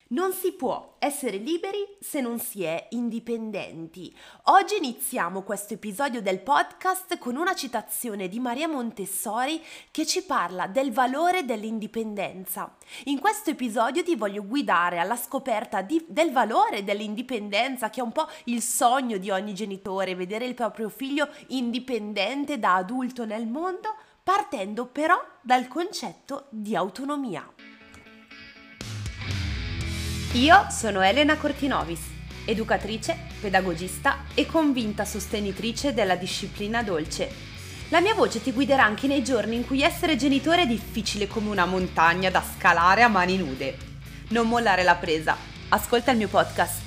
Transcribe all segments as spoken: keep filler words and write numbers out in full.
Non si può essere liberi se non si è indipendenti. Oggi iniziamo questo episodio del podcast con una citazione di Maria Montessori che ci parla del valore dell'indipendenza. In questo episodio ti voglio guidare alla scoperta di, del valore dell'indipendenza, che è un po' il sogno di ogni genitore, vedere il proprio figlio indipendente da adulto nel mondo, partendo però dal concetto di autonomia. Io sono Elena Cortinovis, educatrice, pedagogista e convinta sostenitrice della disciplina dolce. La mia voce ti guiderà anche nei giorni in cui essere genitore è difficile come una montagna da scalare a mani nude. Non mollare la presa, ascolta il mio podcast.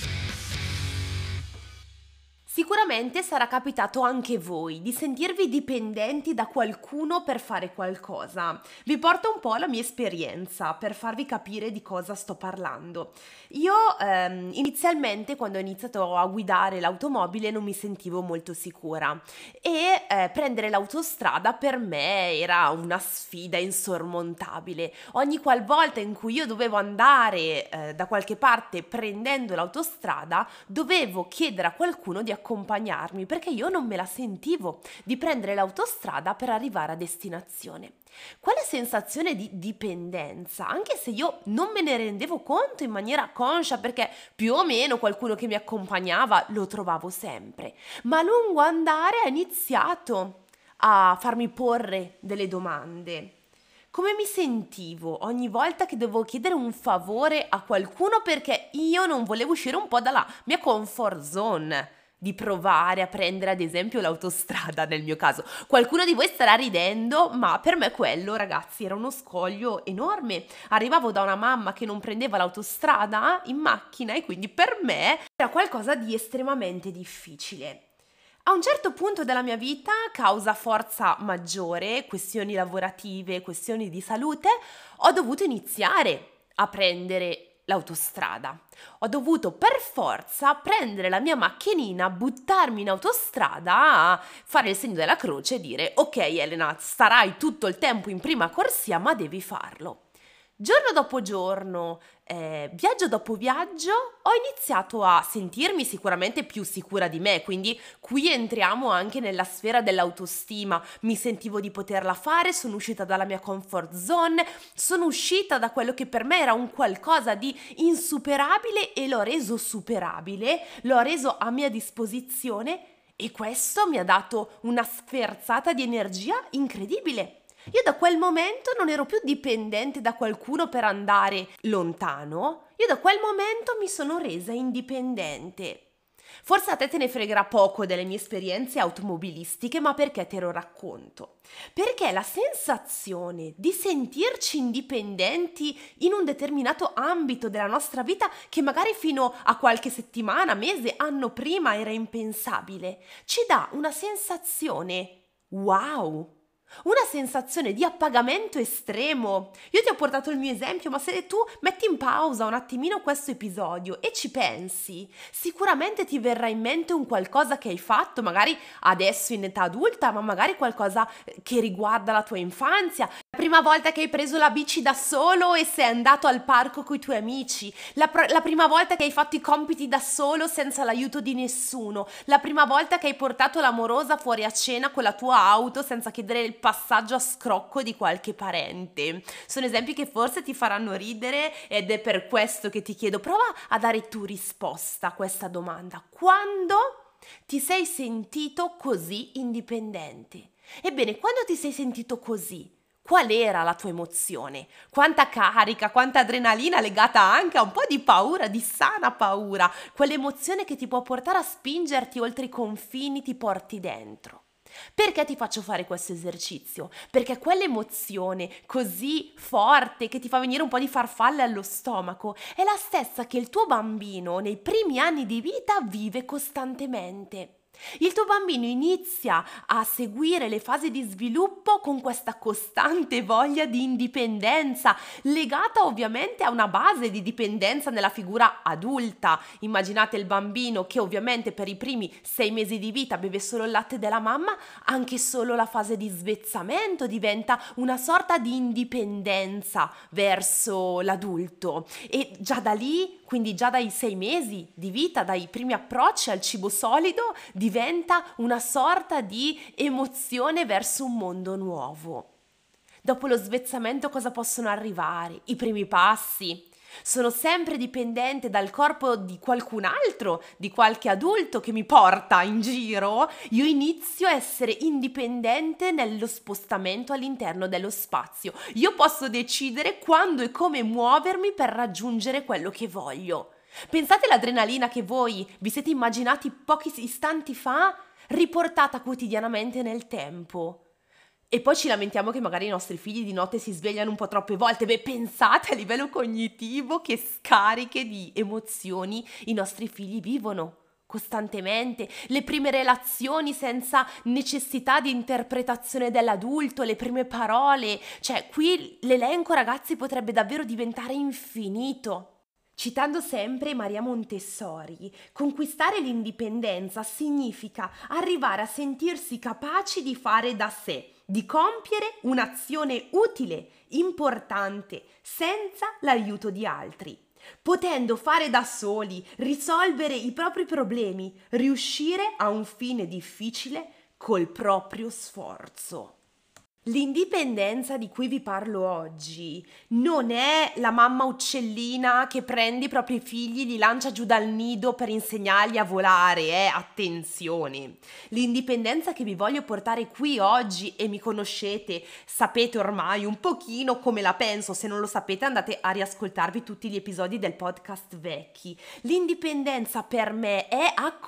Sicuramente sarà capitato anche voi di sentirvi dipendenti da qualcuno per fare qualcosa. Vi porto un po' la mia esperienza per farvi capire di cosa sto parlando. Io ehm, inizialmente, quando ho iniziato a guidare l'automobile, non mi sentivo molto sicura e eh, prendere l'autostrada per me era una sfida insormontabile. Ogni qualvolta in cui io dovevo andare eh, da qualche parte prendendo l'autostrada, dovevo chiedere a qualcuno di accompagnarmi, perché io non me la sentivo di prendere l'autostrada per arrivare a destinazione. Quale sensazione di dipendenza, anche se io non me ne rendevo conto in maniera conscia, perché più o meno qualcuno che mi accompagnava lo trovavo sempre, ma a lungo andare ha iniziato a farmi porre delle domande. Come mi sentivo ogni volta che dovevo chiedere un favore a qualcuno perché io non volevo uscire un po' dalla mia comfort zone di provare a prendere ad esempio l'autostrada nel mio caso. Qualcuno di voi starà ridendo, ma per me quello, ragazzi, era uno scoglio enorme. Arrivavo da una mamma che non prendeva l'autostrada in macchina e quindi per me era qualcosa di estremamente difficile. A un certo punto della mia vita, causa forza maggiore, questioni lavorative, questioni di salute, ho dovuto iniziare a prendere l'autostrada. Ho dovuto per forza prendere la mia macchinina, buttarmi in autostrada, fare il segno della croce e dire: ok Elena, starai tutto il tempo in prima corsia, ma devi farlo. Giorno dopo giorno, eh, viaggio dopo viaggio, ho iniziato a sentirmi sicuramente più sicura di me, quindi qui entriamo anche nella sfera dell'autostima. Mi sentivo di poterla fare, sono uscita dalla mia comfort zone, sono uscita da quello che per me era un qualcosa di insuperabile e l'ho reso superabile, l'ho reso a mia disposizione e questo mi ha dato una sferzata di energia incredibile. Io da quel momento non ero più dipendente da qualcuno per andare lontano, io da quel momento mi sono resa indipendente. Forse a te te ne fregherà poco delle mie esperienze automobilistiche, ma perché te lo racconto? Perché la sensazione di sentirci indipendenti in un determinato ambito della nostra vita, che magari fino a qualche settimana, mese, anno prima era impensabile, ci dà una sensazione wow! Una sensazione di appagamento estremo. Io ti ho portato il mio esempio, ma se tu metti in pausa un attimino questo episodio e ci pensi, sicuramente ti verrà in mente un qualcosa che hai fatto, magari adesso in età adulta, ma magari qualcosa che riguarda la tua infanzia. La prima volta che hai preso la bici da solo e sei andato al parco coi tuoi amici, la, pr- la prima volta che hai fatto i compiti da solo senza l'aiuto di nessuno, la prima volta che hai portato l'amorosa fuori a cena con la tua auto senza chiedere il passaggio a scrocco di qualche parente. Sono esempi che forse ti faranno ridere ed è per questo che ti chiedo, prova a dare tu risposta a questa domanda. Quando ti sei sentito così indipendente? Ebbene, quando ti sei sentito così, qual era la tua emozione? Quanta carica, quanta adrenalina legata anche a un po' di paura, di sana paura, quell'emozione che ti può portare a spingerti oltre i confini, ti porti dentro. Perché ti faccio fare questo esercizio? Perché quell'emozione così forte che ti fa venire un po' di farfalle allo stomaco è la stessa che il tuo bambino nei primi anni di vita vive costantemente. Il tuo bambino inizia a seguire le fasi di sviluppo con questa costante voglia di indipendenza, legata ovviamente a una base di dipendenza nella figura adulta. Immaginate il bambino che ovviamente per i primi sei mesi di vita beve solo il latte della mamma, anche solo la fase di svezzamento diventa una sorta di indipendenza verso l'adulto e già da lì, quindi già dai sei mesi di vita, dai primi approcci al cibo solido, diventa una sorta di emozione verso un mondo nuovo. Dopo lo svezzamento cosa possono arrivare? I primi passi. Sono sempre dipendente dal corpo di qualcun altro, di qualche adulto che mi porta in giro. Io inizio a essere indipendente nello spostamento all'interno dello spazio. Io posso decidere quando e come muovermi per raggiungere quello che voglio. Pensate all'adrenalina che voi vi siete immaginati pochi istanti fa, riportata quotidianamente nel tempo. E poi ci lamentiamo che magari i nostri figli di notte si svegliano un po' troppe volte. Beh, pensate a livello cognitivo che scariche di emozioni i nostri figli vivono costantemente. Le prime relazioni senza necessità di interpretazione dell'adulto, le prime parole. Cioè, qui l'elenco, ragazzi, potrebbe davvero diventare infinito. Citando sempre Maria Montessori, conquistare l'indipendenza significa arrivare a sentirsi capaci di fare da sé, di compiere un'azione utile, importante, senza l'aiuto di altri, potendo fare da soli, risolvere i propri problemi, riuscire a un fine difficile col proprio sforzo. L'indipendenza di cui vi parlo oggi non è la mamma uccellina che prende i propri figli, li lancia giù dal nido per insegnargli a volare, eh, attenzione. L'indipendenza che vi voglio portare qui oggi, e mi conoscete, sapete ormai un pochino come la penso, se non lo sapete andate a riascoltarvi tutti gli episodi del podcast vecchi. L'indipendenza per me è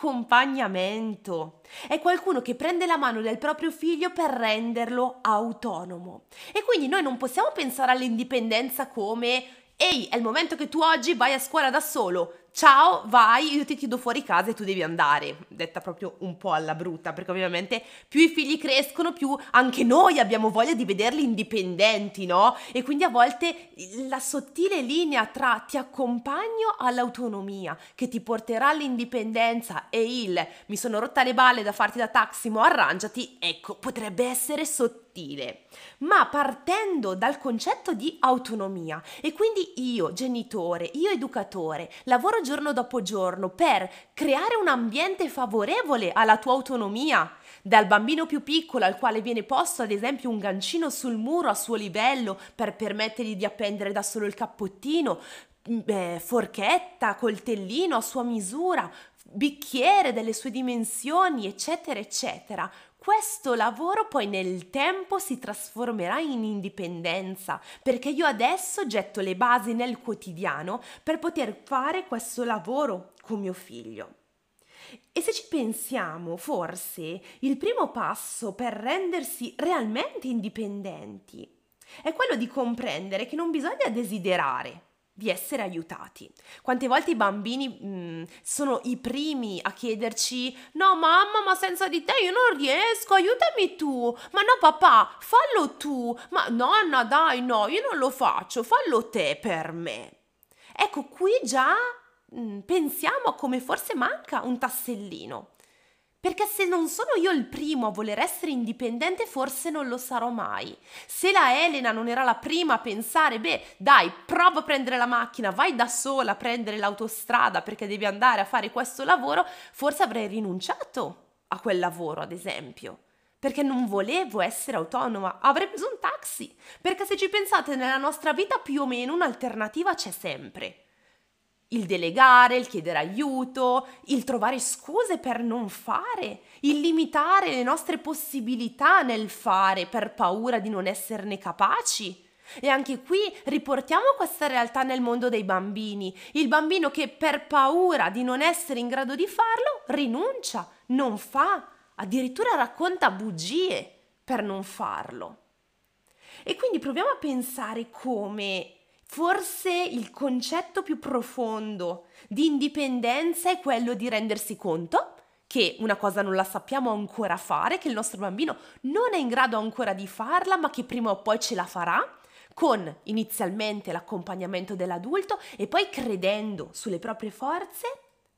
accompagnamento. È qualcuno che prende la mano del proprio figlio per renderlo autonomo. E quindi noi non possiamo pensare all'indipendenza come «Ehi, è il momento che tu oggi vai a scuola da solo, ciao, vai, io ti chiudo fuori casa e tu devi andare», detta proprio un po' alla brutta, perché ovviamente più i figli crescono, più anche noi abbiamo voglia di vederli indipendenti, no? E quindi a volte la sottile linea tra ti accompagno all'autonomia, che ti porterà all'indipendenza, e il mi sono rotta le balle da farti da taxi, mo arrangiati, ecco, potrebbe essere sottile. Ma partendo dal concetto di autonomia, e quindi io genitore, io educatore, lavoro giorno dopo giorno per creare un ambiente favorevole alla tua autonomia, dal bambino più piccolo al quale viene posto ad esempio un gancino sul muro a suo livello per permettergli di appendere da solo il cappottino, eh, forchetta, coltellino a sua misura, bicchiere delle sue dimensioni, eccetera, eccetera. Questo lavoro poi nel tempo si trasformerà in indipendenza, perché io adesso getto le basi nel quotidiano per poter fare questo lavoro con mio figlio. E se ci pensiamo, forse il primo passo per rendersi realmente indipendenti è quello di comprendere che non bisogna desiderare di essere aiutati. Quante volte i bambini mh, sono i primi a chiederci «No mamma, ma senza di te io non riesco, aiutami tu! Ma no papà, fallo tu! Ma nonna dai, no, io non lo faccio, fallo te per me!» Ecco, qui già mh, pensiamo a come forse manca un tassellino. Perché se non sono io il primo a voler essere indipendente, forse non lo sarò mai. Se la Elena non era la prima a pensare, beh, dai, prova a prendere la macchina, vai da sola a prendere l'autostrada perché devi andare a fare questo lavoro, forse avrei rinunciato a quel lavoro, ad esempio. Perché non volevo essere autonoma, avrei preso un taxi. Perché se ci pensate, nella nostra vita più o meno un'alternativa c'è sempre. Il delegare, il chiedere aiuto, il trovare scuse per non fare, il limitare le nostre possibilità nel fare per paura di non esserne capaci. E anche qui riportiamo questa realtà nel mondo dei bambini. Il bambino che per paura di non essere in grado di farlo rinuncia, non fa, addirittura racconta bugie per non farlo. E quindi proviamo a pensare come forse il concetto più profondo di indipendenza è quello di rendersi conto che una cosa non la sappiamo ancora fare, che il nostro bambino non è in grado ancora di farla, ma che prima o poi ce la farà, con inizialmente l'accompagnamento dell'adulto e poi credendo sulle proprie forze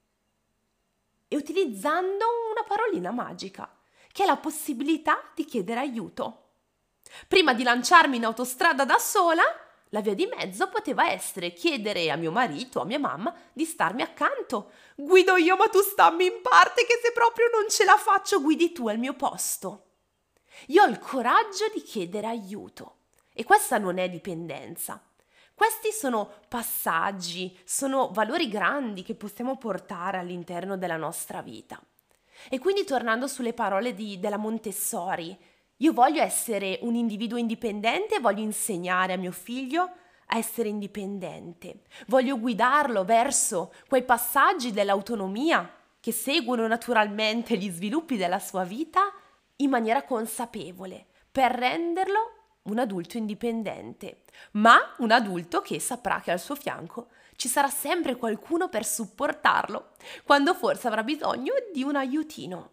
e utilizzando una parolina magica, che è la possibilità di chiedere aiuto. Prima di lanciarmi in autostrada da sola, la via di mezzo poteva essere chiedere a mio marito, a mia mamma, di starmi accanto. Guido io, ma tu stammi in parte, che se proprio non ce la faccio, guidi tu al mio posto. Io ho il coraggio di chiedere aiuto e questa non è dipendenza. Questi sono passaggi, sono valori grandi che possiamo portare all'interno della nostra vita. E quindi, tornando sulle parole di, della Montessori, io voglio essere un individuo indipendente, voglio insegnare a mio figlio a essere indipendente, voglio guidarlo verso quei passaggi dell'autonomia che seguono naturalmente gli sviluppi della sua vita in maniera consapevole, per renderlo un adulto indipendente, ma un adulto che saprà che al suo fianco ci sarà sempre qualcuno per supportarlo, quando forse avrà bisogno di un aiutino.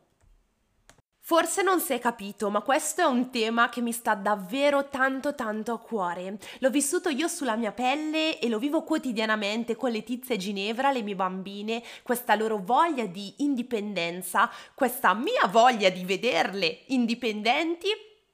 Forse non si è capito, ma questo è un tema che mi sta davvero tanto tanto a cuore. L'ho vissuto io sulla mia pelle e lo vivo quotidianamente con Letizia e Ginevra, le mie bambine, questa loro voglia di indipendenza, questa mia voglia di vederle indipendenti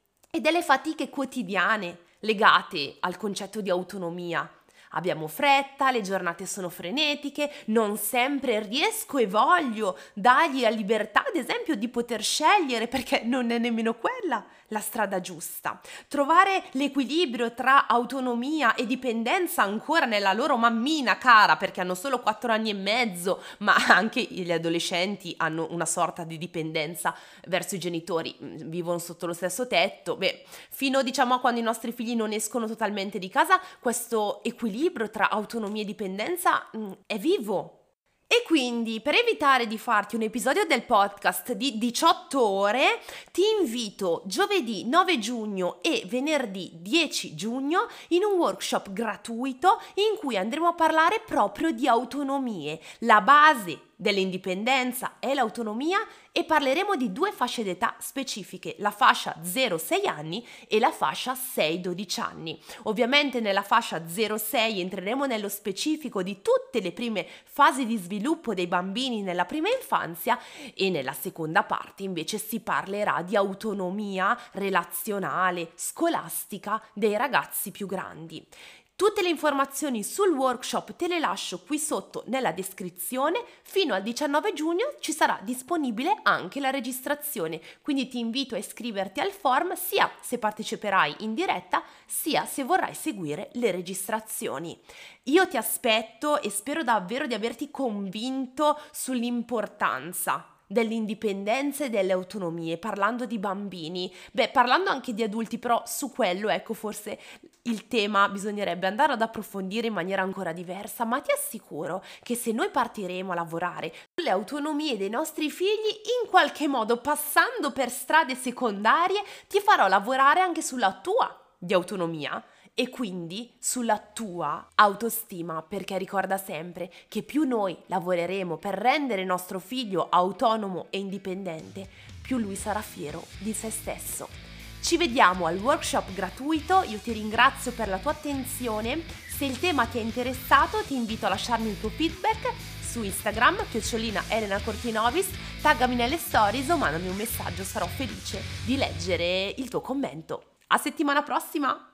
e delle fatiche quotidiane legate al concetto di autonomia. Abbiamo fretta, le giornate sono frenetiche, non sempre riesco e voglio dargli la libertà, ad esempio, di poter scegliere, perché non è nemmeno quella la strada giusta. Trovare l'equilibrio tra autonomia e dipendenza ancora nella loro mammina cara, perché hanno solo quattro anni e mezzo, ma anche gli adolescenti hanno una sorta di dipendenza verso i genitori, vivono sotto lo stesso tetto. Beh, fino diciamo a quando i nostri figli non escono totalmente di casa, questo equilibrio tra autonomia e dipendenza mh, è vivo. E quindi, per evitare di farti un episodio del podcast di diciotto ore, ti invito giovedì nove giugno e venerdì dieci giugno in un workshop gratuito in cui andremo a parlare proprio di autonomie, la base dell'indipendenza è l'autonomia, e parleremo di due fasce d'età specifiche, la fascia zero sei anni e la fascia sei dodici anni. Ovviamente nella fascia zero sei entreremo nello specifico di tutte le prime fasi di sviluppo dei bambini nella prima infanzia, e nella seconda parte invece si parlerà di autonomia relazionale, scolastica dei ragazzi più grandi. Tutte le informazioni sul workshop te le lascio qui sotto nella descrizione. Fino al diciannove giugno ci sarà disponibile anche la registrazione, quindi ti invito a iscriverti al form sia se parteciperai in diretta sia se vorrai seguire le registrazioni. Io ti aspetto e spero davvero di averti convinto sull'importanza dell'indipendenza e delle autonomie, parlando di bambini, beh, parlando anche di adulti, però su quello, ecco, forse il tema bisognerebbe andare ad approfondire in maniera ancora diversa, ma ti assicuro che se noi partiremo a lavorare sulle autonomie dei nostri figli, in qualche modo, passando per strade secondarie, ti farò lavorare anche sulla tua di autonomia, e quindi sulla tua autostima, perché ricorda sempre che più noi lavoreremo per rendere nostro figlio autonomo e indipendente, più lui sarà fiero di se stesso. Ci vediamo al workshop gratuito, io ti ringrazio per la tua attenzione. Se il tema ti è interessato, ti invito a lasciarmi il tuo feedback su Instagram, chiocciolina Elena Cortinovis, taggami nelle stories o mandami un messaggio, sarò felice di leggere il tuo commento. A settimana prossima!